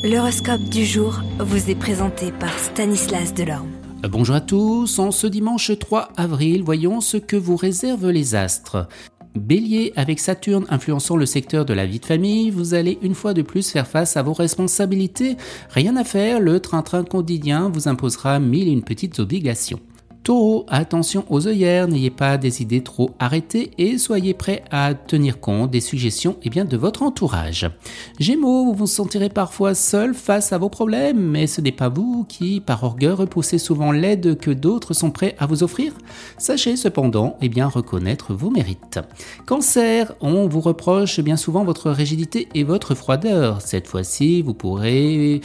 L'horoscope du jour vous est présenté par Stanislas Delorme. Bonjour à tous, en ce dimanche 3 avril, voyons ce que vous réservent les astres. Bélier, avec Saturne influençant le secteur de la vie de famille, vous allez une fois de plus faire face à vos responsabilités. Rien à faire, le train-train quotidien vous imposera mille et une petites obligations. Taureau, attention aux œillères, n'ayez pas des idées trop arrêtées et soyez prêts à tenir compte des suggestions de votre entourage. Gémeaux, vous vous sentirez parfois seul face à vos problèmes, mais ce n'est pas vous qui, par orgueil, repoussez souvent l'aide que d'autres sont prêts à vous offrir. Sachez cependant reconnaître vos mérites. Cancer, on vous reproche bien souvent votre rigidité et votre froideur. Cette fois-ci, vous prouverez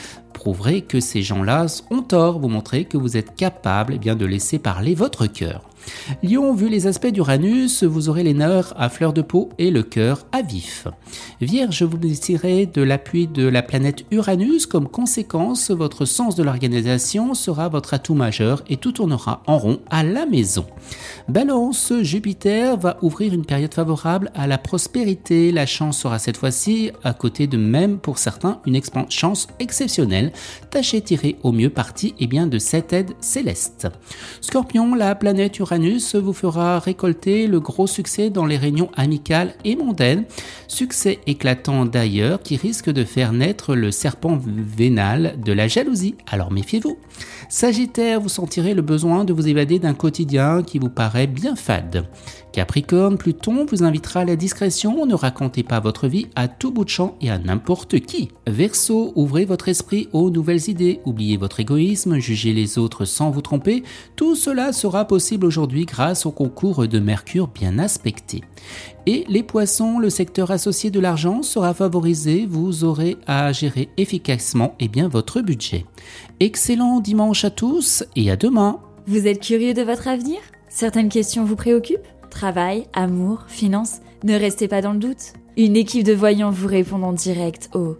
que ces gens-là ont tort, vous montrez que vous êtes capable de laisser parler votre cœur. Lion, vu les aspects d'Uranus, vous aurez les nerfs à fleur de peau et le cœur à vif. Vierge, vous bénéficierez de l'appui de la planète Uranus. Comme conséquence, votre sens de l'organisation sera votre atout majeur et tout tournera en rond à la maison. Balance, Jupiter va ouvrir une période favorable à la prospérité. La chance sera cette fois-ci, à côté de même pour certains, une chance exceptionnelle. Tâchez de tirer au mieux parti de cette aide céleste. Scorpion, la planète Uranus vous fera récolter le gros succès dans les réunions amicales et mondaines. Succès éclatant d'ailleurs qui risque de faire naître le serpent vénal de la jalousie, alors méfiez-vous. Sagittaire, vous sentirez le besoin de vous évader d'un quotidien qui vous paraît bien fade. Capricorne, Pluton vous invitera à la discrétion, ne racontez pas votre vie à tout bout de champ et à n'importe qui. Verseau, ouvrez votre esprit aux nouvelles idées, oubliez votre égoïsme, jugez les autres sans vous tromper. Tout cela sera possible aujourd'hui grâce au concours de Mercure bien aspecté. Et les poissons, le secteur associé de l'argent sera favorisé, vous aurez à gérer efficacement votre budget. Excellent dimanche à tous et à demain. Vous êtes curieux de votre avenir ? Certaines questions vous préoccupent ? Travail, amour, finances ? Ne restez pas dans le doute. Une équipe de voyants vous répond en direct au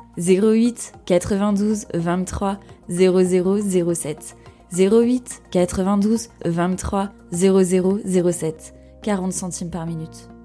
08 92 23 0007. 08 92 23 0007. 40 centimes par minute.